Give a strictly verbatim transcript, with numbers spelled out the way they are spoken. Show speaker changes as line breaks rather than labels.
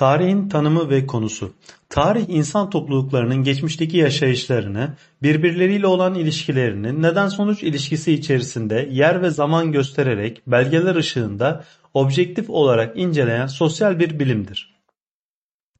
Tarihin tanımı ve konusu. Tarih, insan topluluklarının geçmişteki yaşayışlarını, birbirleriyle olan ilişkilerini neden-sonuç ilişkisi içerisinde yer ve zaman göstererek belgeler ışığında objektif olarak inceleyen sosyal bir bilimdir.